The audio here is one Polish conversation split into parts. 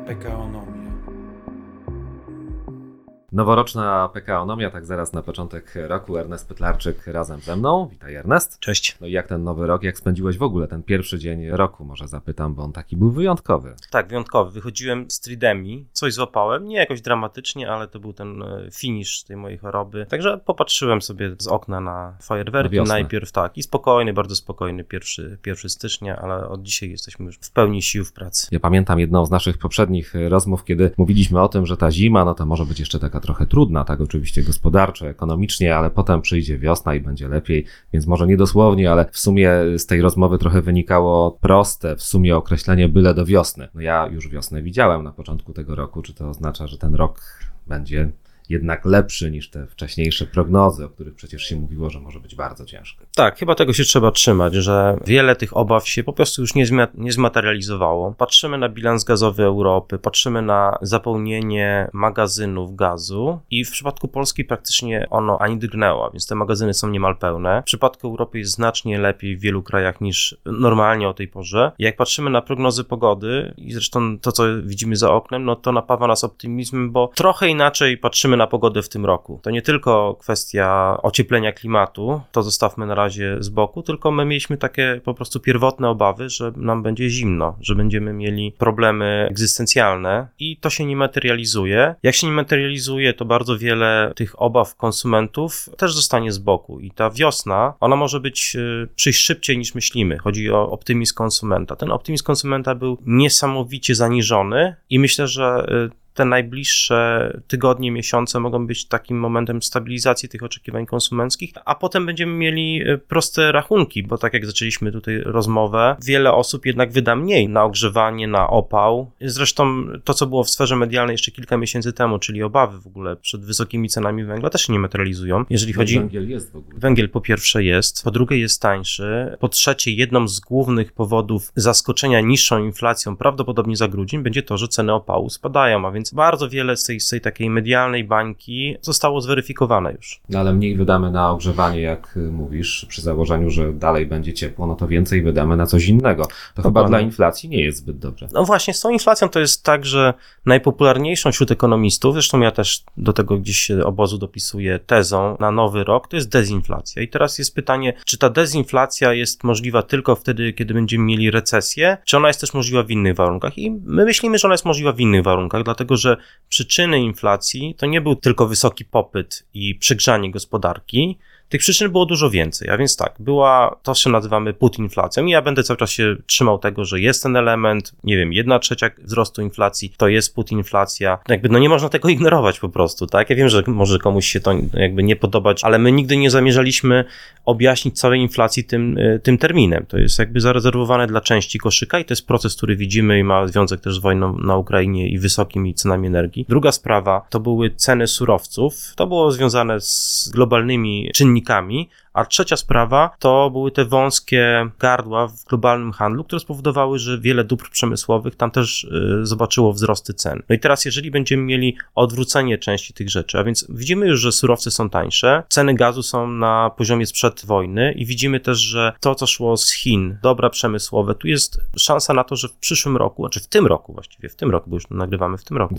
PKOnomia. Noworoczna PKOnomia, tak zaraz na początek roku. Ernest Pytlarczyk razem ze mną. Witaj, Ernest. Cześć. No i jak ten nowy rok, jak spędziłeś w ogóle ten pierwszy dzień roku? Może zapytam, bo on taki był wyjątkowy. Tak, wyjątkowy. Wychodziłem z Tridemi, coś złapałem, nie jakoś dramatycznie, ale to był ten finish tej mojej choroby. Także popatrzyłem sobie z okna na fajerwerki najpierw, tak, i spokojny, bardzo spokojny 1 stycznia, ale od dzisiaj jesteśmy już w pełni sił w pracy. Ja pamiętam jedną z naszych poprzednich rozmów, kiedy mówiliśmy o tym, że ta zima, no to może być jeszcze taka trochę trudna, tak oczywiście gospodarczo, ekonomicznie, ale potem przyjdzie wiosna i będzie lepiej, więc może nie dosłownie, ale w sumie z tej rozmowy trochę wynikało proste w sumie określenie byle do wiosny. No ja już wiosnę widziałem na początku tego roku, czy to oznacza, że ten rok będzie jednak lepszy niż te wcześniejsze prognozy, o których przecież się mówiło, że może być bardzo ciężko. Tak, chyba tego się trzeba trzymać, że wiele tych obaw się po prostu już nie zmaterializowało. Patrzymy na bilans gazowy Europy, patrzymy na zapełnienie magazynów gazu i w przypadku Polski praktycznie ono ani drgnęło, więc te magazyny są niemal pełne. W przypadku Europy jest znacznie lepiej w wielu krajach niż normalnie o tej porze. Jak patrzymy na prognozy pogody i zresztą to, co widzimy za oknem, no to napawa nas optymizmem, bo trochę inaczej patrzymy na pogodę w tym roku. To nie tylko kwestia ocieplenia klimatu, to zostawmy na razie z boku, tylko my mieliśmy takie po prostu pierwotne obawy, że nam będzie zimno, że będziemy mieli problemy egzystencjalne i to się nie materializuje. Jak się nie materializuje, to bardzo wiele tych obaw konsumentów też zostanie z boku i ta wiosna, ona może przyjść szybciej niż myślimy. Chodzi o optymizm konsumenta. Ten optymizm konsumenta był niesamowicie zaniżony i myślę, że te najbliższe tygodnie, miesiące mogą być takim momentem stabilizacji tych oczekiwań konsumenckich, a potem będziemy mieli proste rachunki, bo tak jak zaczęliśmy tutaj rozmowę, wiele osób jednak wyda mniej na ogrzewanie, na opał. Zresztą to, co było w sferze medialnej jeszcze kilka miesięcy temu, czyli obawy w ogóle przed wysokimi cenami węgla, też się nie materializują. Jeżeli chodzi... Węgiel jest w ogóle. Węgiel po pierwsze jest, po drugie jest tańszy, po trzecie jedną z głównych powodów zaskoczenia niższą inflacją, prawdopodobnie za grudzień, będzie to, że ceny opału spadają, a więc bardzo wiele z tej takiej medialnej bańki zostało zweryfikowane już. No ale mniej wydamy na ogrzewanie, jak mówisz, przy założeniu, że dalej będzie ciepło, no to więcej wydamy na coś innego. To chyba dla inflacji nie jest zbyt dobrze. No właśnie, z tą inflacją to jest tak, że najpopularniejszą wśród ekonomistów, zresztą ja też do tego gdzieś się obozu dopisuję tezą na nowy rok, to jest dezinflacja. I teraz jest pytanie, czy ta dezinflacja jest możliwa tylko wtedy, kiedy będziemy mieli recesję, czy ona jest też możliwa w innych warunkach? I my myślimy, że ona jest możliwa w innych warunkach, dlatego że przyczyny inflacji to nie był tylko wysoki popyt i przegrzanie gospodarki. Tych przyczyn było dużo więcej, a więc tak, była to, co nazywamy putinflacją i ja będę cały czas się trzymał tego, że jest ten element, nie wiem, 1/3 wzrostu inflacji to jest putinflacja. Jakby no nie można tego ignorować po prostu, tak? Ja wiem, że może komuś się to jakby nie podobać, ale my nigdy nie zamierzaliśmy objaśnić całej inflacji tym terminem. To jest jakby zarezerwowane dla części koszyka i to jest proces, który widzimy i ma związek też z wojną na Ukrainie i wysokimi cenami energii. Druga sprawa to były ceny surowców. To było związane z globalnymi czynnikami, a trzecia sprawa to były te wąskie gardła w globalnym handlu, które spowodowały, że wiele dóbr przemysłowych tam też zobaczyło wzrosty cen. No i teraz, jeżeli będziemy mieli odwrócenie części tych rzeczy, a więc widzimy już, że surowce są tańsze, ceny gazu są na poziomie sprzed wojny i widzimy też, że to, co szło z Chin, dobra przemysłowe, tu jest szansa na to, że w przyszłym roku, znaczy w tym roku, bo już nagrywamy w tym roku.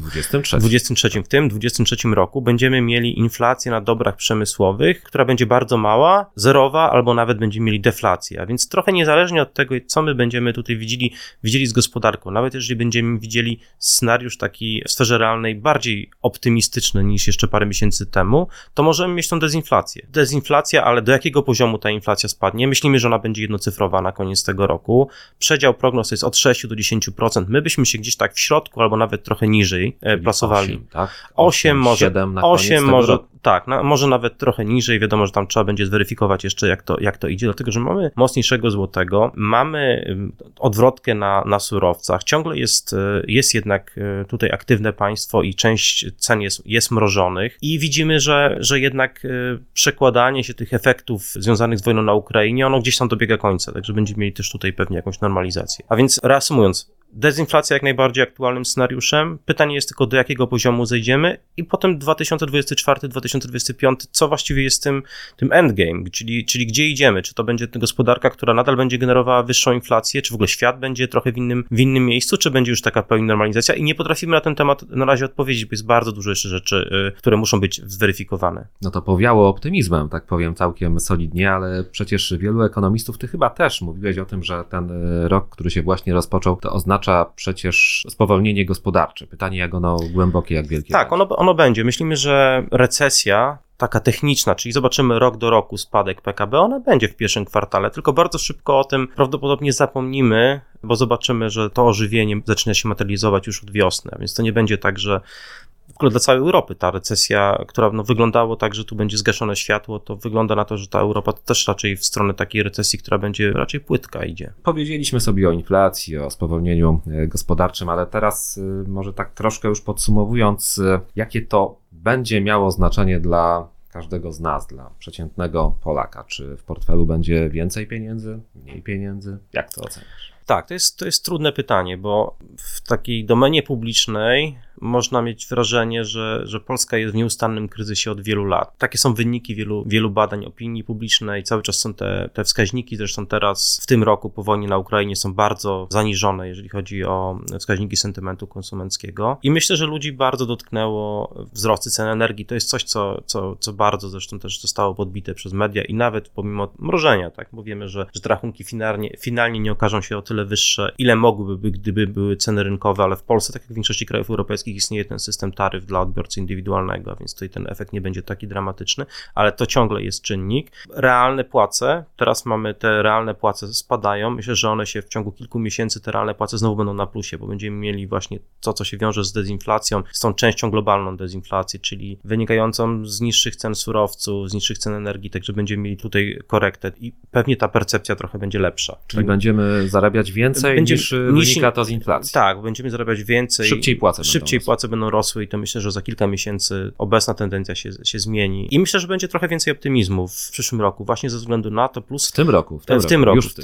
23 roku będziemy mieli inflację na dobrach przemysłowych, która będzie bardzo mała, zerowa, albo nawet będziemy mieli deflację, a więc trochę niezależnie od tego, co my będziemy tutaj widzieli z gospodarką, nawet jeżeli będziemy widzieli scenariusz taki w sferze realnej bardziej optymistyczny niż jeszcze parę miesięcy temu, to możemy mieć tą dezinflację. Dezinflacja, ale do jakiego poziomu ta inflacja spadnie? Myślimy, że ona będzie jednocyfrowa na koniec tego roku. Przedział prognoz jest od 6 do 10%. My byśmy się gdzieś tak w środku, albo nawet trochę niżej plasowali. 8, tak? 8 może, 7 na koniec 8 tego może, roku. tak, może nawet trochę niżej. Wiadomo, że tam trzeba będzie zweryfikować jeszcze, jak to idzie, dlatego, że mamy mocniejszego złotego, mamy odwrotkę na surowcach, ciągle jest jednak tutaj aktywne państwo i część cen jest mrożonych i widzimy, że jednak przekładanie się tych efektów związanych z wojną na Ukrainie, ono gdzieś tam dobiega końca, także będziemy mieli też tutaj pewnie jakąś normalizację. A więc reasumując, Dezinflacja jak najbardziej aktualnym scenariuszem. Pytanie jest tylko, do jakiego poziomu zejdziemy i potem 2024-2025, co właściwie jest tym endgame, czyli gdzie idziemy? Czy to będzie gospodarka, która nadal będzie generowała wyższą inflację, czy w ogóle świat będzie trochę w innym miejscu, czy będzie już taka pełna normalizacja? I nie potrafimy na ten temat na razie odpowiedzieć, bo jest bardzo dużo jeszcze rzeczy, które muszą być zweryfikowane. No to powiało optymizmem, tak powiem, całkiem solidnie, ale przecież wielu ekonomistów, ty chyba też mówiłeś o tym, że ten rok, który się właśnie rozpoczął, to oznacza przecież spowolnienie gospodarcze. Pytanie, jak ono głębokie, jak wielkie. Tak, ono będzie. Myślimy, że recesja taka techniczna, czyli zobaczymy rok do roku spadek PKB, ona będzie w pierwszym kwartale, tylko bardzo szybko o tym prawdopodobnie zapomnimy, bo zobaczymy, że to ożywienie zaczyna się materializować już od wiosny, a więc to nie będzie tak, że w ogóle dla całej Europy ta recesja, która wyglądało tak, że tu będzie zgaszone światło, to wygląda na to, że ta Europa to też raczej w stronę takiej recesji, która będzie raczej płytka idzie. Powiedzieliśmy sobie o inflacji, o spowolnieniu gospodarczym, ale teraz może tak troszkę już podsumowując, jakie to będzie miało znaczenie dla każdego z nas, dla przeciętnego Polaka? Czy w portfelu będzie więcej pieniędzy, mniej pieniędzy? Jak to oceniasz? Tak, to jest trudne pytanie, bo w takiej domenie publicznej można mieć wrażenie, że Polska jest w nieustannym kryzysie od wielu lat. Takie są wyniki wielu badań opinii publicznej, cały czas są te wskaźniki, zresztą teraz w tym roku po wojnie na Ukrainie są bardzo zaniżone, jeżeli chodzi o wskaźniki sentymentu konsumenckiego i myślę, że ludzi bardzo dotknęło wzrosty cen energii. To jest coś, co bardzo zresztą też zostało podbite przez media i nawet pomimo mrożenia, tak, bo wiemy, że te rachunki finalnie nie okażą się o tyle wyższe, ile mogłyby, gdyby były ceny rynkowe, ale w Polsce, tak jak w większości krajów europejskich, istnieje ten system taryf dla odbiorcy indywidualnego, więc tutaj ten efekt nie będzie taki dramatyczny, ale to ciągle jest czynnik. Realne płace, teraz mamy te realne płace spadają, myślę, że one się w ciągu kilku miesięcy, te realne płace znowu będą na plusie, bo będziemy mieli właśnie to, co się wiąże z dezinflacją, z tą częścią globalną dezinflacji, czyli wynikającą z niższych cen surowców, z niższych cen energii, także będziemy mieli tutaj korektę i pewnie ta percepcja trochę będzie lepsza. Czyli będziemy zarabiać więcej niż wynika to z inflacji. Tak, będziemy zarabiać więcej. Szybciej płace będą rosły i to myślę, że za kilka miesięcy obecna tendencja się zmieni. I myślę, że będzie trochę więcej optymizmu w przyszłym roku, właśnie ze względu na to, plus... W tym roku. Już w tym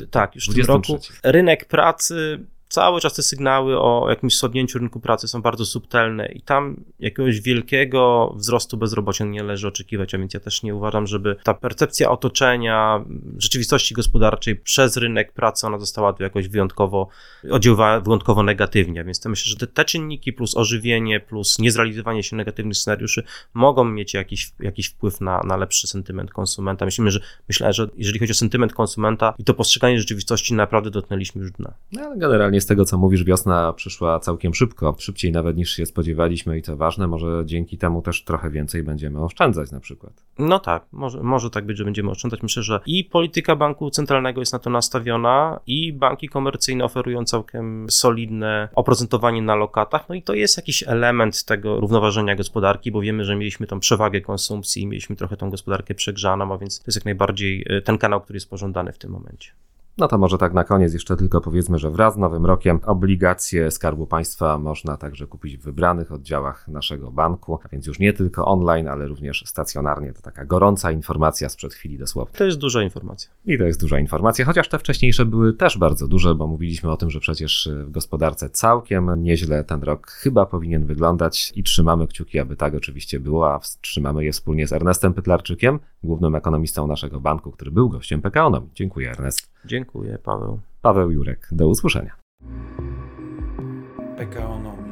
roku. Rynek pracy... Cały czas te sygnały o jakimś słabnięciu rynku pracy są bardzo subtelne i tam jakiegoś wielkiego wzrostu bezrobocia nie należy oczekiwać, a więc ja też nie uważam, żeby ta percepcja otoczenia, rzeczywistości gospodarczej przez rynek pracy, ona została tu jakoś oddziaływała wyjątkowo negatywnie, więc to myślę, że te czynniki plus ożywienie, plus niezrealizowanie się negatywnych scenariuszy mogą mieć jakiś wpływ na lepszy sentyment konsumenta. Myślę, że jeżeli chodzi o sentyment konsumenta i to postrzeganie rzeczywistości, naprawdę dotknęliśmy już dna. No, ale generalnie z tego, co mówisz, wiosna przyszła całkiem szybko, szybciej nawet niż się spodziewaliśmy i co ważne, może dzięki temu też trochę więcej będziemy oszczędzać na przykład. No tak, może tak być, że będziemy oszczędzać. Myślę, że i polityka banku centralnego jest na to nastawiona i banki komercyjne oferują całkiem solidne oprocentowanie na lokatach, no i to jest jakiś element tego równoważenia gospodarki, bo wiemy, że mieliśmy tą przewagę konsumpcji, mieliśmy trochę tą gospodarkę przegrzaną, a więc to jest jak najbardziej ten kanał, który jest pożądany w tym momencie. No to może tak na koniec jeszcze tylko powiedzmy, że wraz z nowym rokiem obligacje Skarbu Państwa można także kupić w wybranych oddziałach naszego banku, a więc już nie tylko online, ale również stacjonarnie. To taka gorąca informacja sprzed chwili dosłownie. To jest duża informacja. I to jest duża informacja, chociaż te wcześniejsze były też bardzo duże, bo mówiliśmy o tym, że przecież w gospodarce całkiem nieźle ten rok chyba powinien wyglądać i trzymamy kciuki, aby tak oczywiście było, a trzymamy je wspólnie z Ernestem Pytlarczykiem, głównym ekonomistą naszego banku, który był gościem PKONOMI. Dziękuję, Ernest. Dziękuję, Paweł. Paweł Jurek. Do usłyszenia. PKONOMI.